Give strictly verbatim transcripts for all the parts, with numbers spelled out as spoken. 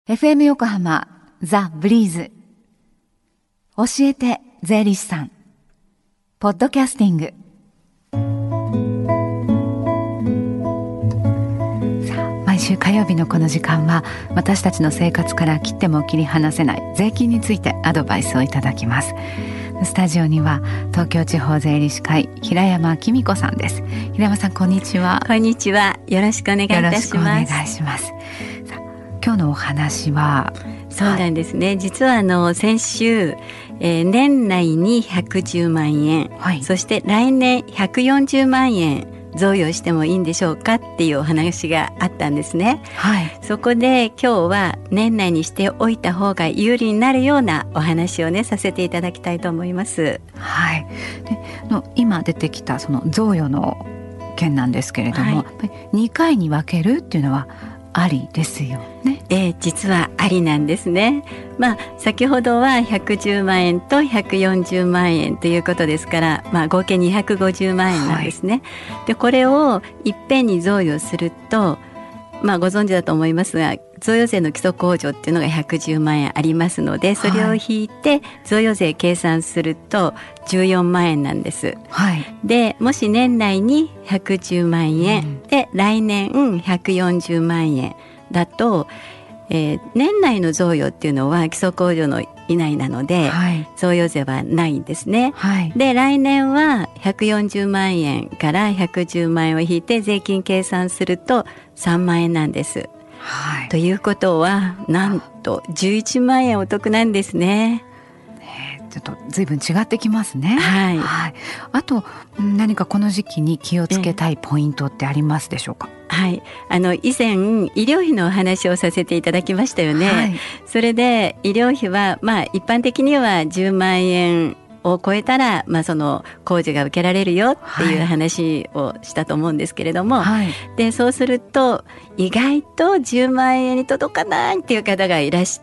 エフエム 横浜ザ・ブリーズ教えて税理士さんポッドキャスティング。さあ、毎週火曜日のこの時間は私たちの生活から切っても切り離せない税金についてアドバイスをいただきます。スタジオには東京地方税理士会平山紀美子さんです。平山さん、こんにちは。 こんにちは。よろしくお願いいたします。 よろしくお願いします。さあ、今日のお話はそうなんですね、はい、実はあの先週、えー、年内にひゃくじゅうまんえん、はい、そして来年ひゃくよんじゅうまんえん贈与してもいいんでしょうかっていうお話があったんですね、はい、そこで今日は年内にしておいた方が有利になるようなお話をねさせていただきたいと思います。 はい、での今出てきたその贈与の件なんですけれども、はい、にかいに分けるっていうのはありですよね。 えー、実はありなんですね。まあ、先ほどはひゃくじゅうまんえんとひゃくよんじゅうまんえんということですから、まあ、合計にひゃくごじゅうまんえんなんですね、はい、でこれをいっぺんに贈与すると、まあ、ご存知だと思いますが贈与税の基礎控除っていうのがひゃくじゅうまんえんありますので、それを引いて贈与税計算するとじゅうよんまんえんなんです、はい、でもし年内にひゃくじゅうまんえん、うん、で来年ひゃくよんじゅうまんえんだと、えー、年内の贈与っていうのは基礎控除の以内なので、はい、贈与税はないんですね、はい、で来年はひゃくよんじゅうまんえんからひゃくじゅうまんえんを引いて税金計算するとさんまんえんなんです、はい、ということはなんとじゅういちまんえんお得なんですね。 ちょっと随分違ってきますね、 はいはい、あと何かこの時期に気をつけたいポイントってありますでしょうか。 はい、あの以前医療費のお話をさせていただきましたよね、はい、それで医療費は、まあ、一般的にはじゅうまんえんを超えたら、まあ、その控除が受けられるよっていう話をしたと思うんですけれども、はい、でそうすると意外とじゅうまんえんに届かないっていう方がいらして、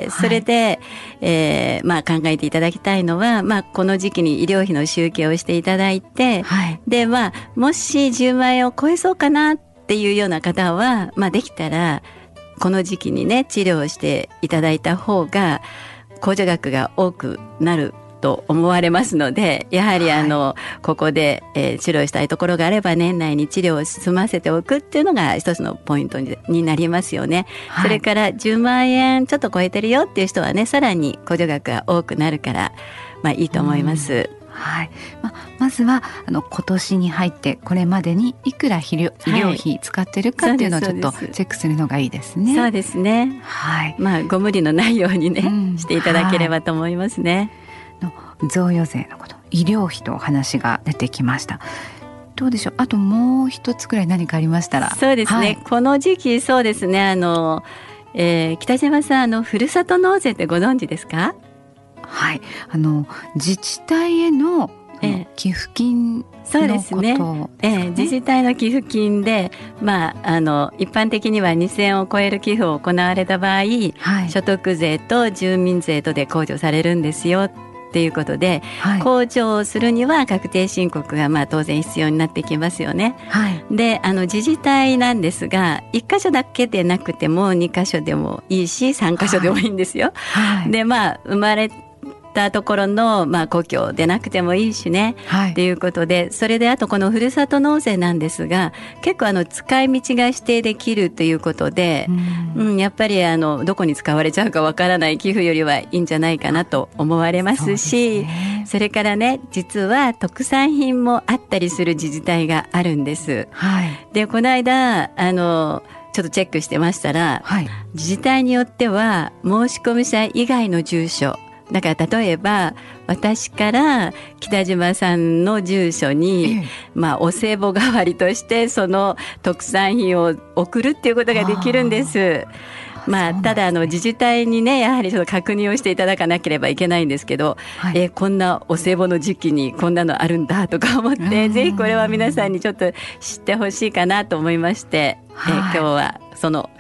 それで、はい、えーまあ、考えていただきたいのは、まあ、この時期に医療費の集計をしていただいて、はい、でまあ、もしじゅうまんえんを超えそうかなっていうような方は、まあ、できたらこの時期にね治療をしていただいた方が控除額が多くなると思われますので、やはりあの、はい、ここで、えー、治療したいところがあれば年内に治療を済ませておくっていうのが一つのポイント に, になりますよね、はい、それからじゅうまんえんちょっと超えてるよっていう人はねさらに控除額が多くなるから、まあ、いいと思います、 はい、ま, まずはあの今年に入ってこれまでにいくら医 療, 医療費使ってるかっていうのをちょっとチェックするのがいいですね。 そうですね、はい、まあ、ご無理のないようにね、うん、していただければと思いますね、 はい、の贈与税のこと、医療費とお話が出てきました。どうでしょう、あともう一つくらい何かありましたら。 そうですね、はい、この時期そうですね、あの、えー、北島さん、あのふるさと納税ってご存知ですか。 はい、あの自治体への寄付金のことですかね。そうですね、 ええ、自治体の寄付金で、まあ、あの一般的にはにせんえんを超える寄付を行われた場合、はい、所得税と住民税とで控除されるんですよっていうことで、はい、控除をするには確定申告がまあ当然必要になってきますよね、はい、であの自治体なんですがいっかしょだけでなくてもにかしょでもいいしさんかしょでもいいんですよ、はい、でまあ生まれたところの、まあ、故郷でなくてもいいしね、はい、ということで、それであとこのふるさと納税なんですが結構あの使い道が指定できるということで、うんうん、やっぱりあのどこに使われちゃうかわからない寄付よりはいいんじゃないかなと思われますし、 そうですね、それからね実は特産品もあったりする自治体があるんです、はい、でこの間あのちょっとチェックしてましたら、はい、自治体によっては申込者以外の住所だから例えば私から北島さんの住所に、ええ、まあ、お歳暮代わりとしてその特産品を送るっていうことができるんです。まあ、ただあの自治体にねやはりちょっと確認をしていただかなければいけないんですけど、はい、えこんなお歳暮の時期にこんなのあるんだとか思ってぜひこれは皆さんにちょっと知ってほしいかなと思いまして、はい、え今日はその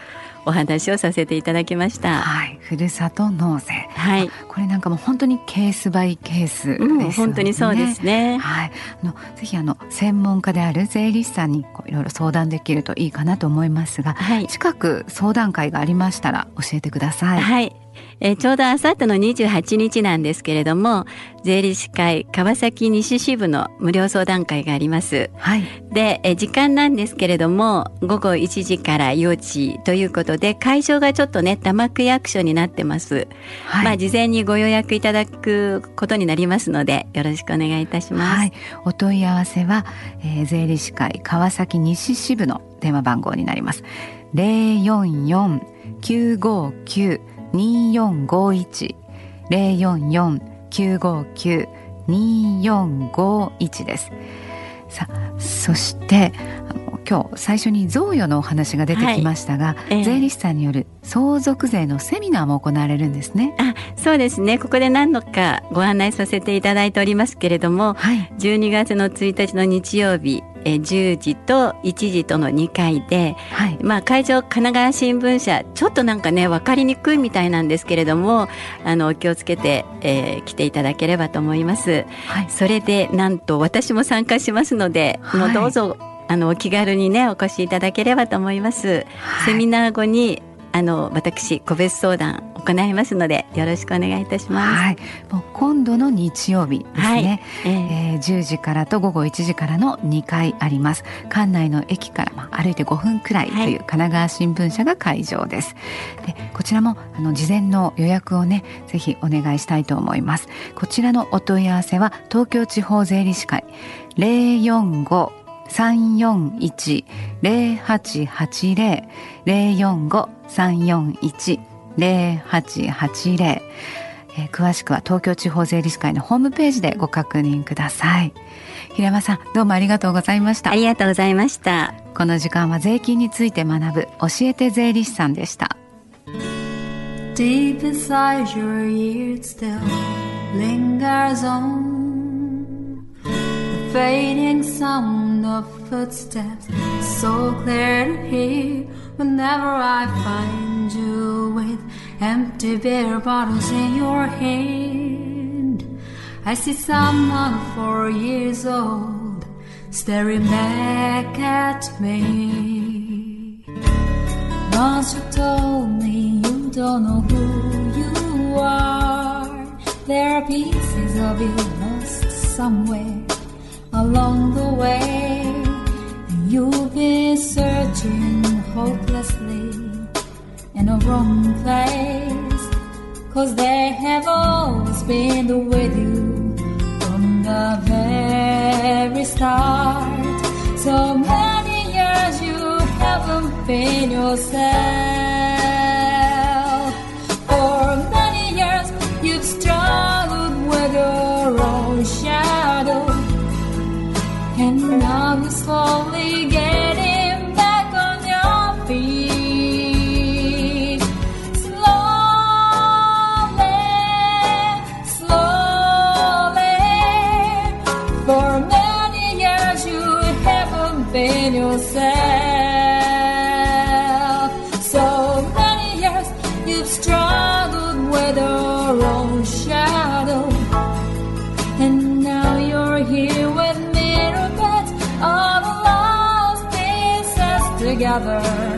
お話をさせていただきました。 はい、ふるさと納税、 はい、 これなんかもう本当にケースバイケースですよね、 うん、本当にそうですね。 はい、あのぜひあの専門家である税理士さんにこういろいろ相談できるといいかなと思いますが、はい、近く相談会がありましたら教えてください。 はい、えー、ちょうどあさってのにじゅうはちにちなんですけれども、税理士会川崎西支部の無料相談会があります。 はい、 で、えー、時間なんですけれどもごごいちじからよじということで、会場がちょっとね多摩区役所になってます。はい、まあ、事前にご予約いただくことになりますのでよろしくお願いいたします。 はい、お問い合わせは、えー、税理士会川崎西支部の電話番号になります。 ゼロよんよん きゅうごきゅう によんごいち ゼロよんよん きゅうごきゅう によんごいち です。さあ、そしてあの今日最初に贈与のお話が出てきましたが、はい、えー、税理士さんによる相続税のセミナーも行われるんですね。 あ、そうですね。ここで何度かご案内させていただいておりますけれども、はい、じゅうにがつのついたちの日曜日、えじゅうじといちじとのにかいで、はい、まあ、会場神奈川新聞社、ちょっとなんかね分かりにくいみたいなんですけれども、あのお気をつけて、えー、来ていただければと思います。はい、それでなんと私も参加しますので、はい、もうどうぞあのお気軽にねお越しいただければと思います。はい、セミナー後にあの私個別相談行いますのでよろしくお願いいたします。 はい、もう今度の日曜日ですね、はい、えーえー、じゅうじからとごごいちじからのにかいあります。館内の駅から、まあ、歩いてごふんくらいという神奈川新聞社が会場です。でこちらもあの事前の予約をねぜひお願いしたいと思います。こちらのお問い合わせは東京地方税理士会 ゼロよんご さんよんいち ゼロはちはちゼロ ゼロよんご さんよんいち ゼロはちはちゼロ、えー、詳しくは東京地方税理士会のホームページでご確認ください。平山さん、どうもありがとうございました。 ありがとうございました。 この時間は税金について学ぶ教えて税理士さんでした。 Deep inside your ears still lingers on the fading sound of footsteps, so clear to hear whenever I find you with empty beer bottles in your hand. I see someone four years old staring back at me. Once you told me you don't know who you are, there are pieces of you lost somewhere along the way, and you've been searching hopelessly in a wrong place, 'cause they have always been with you from the very start. So many years you haven't been yourself. For many years you've struggled with your own shadow, and now you're slowly getting back on your feet. Slowly, slowly. For many years you haven't been yourself. So many years you've struggled with your own shadow, and now you're here with me, all the lost pieces together.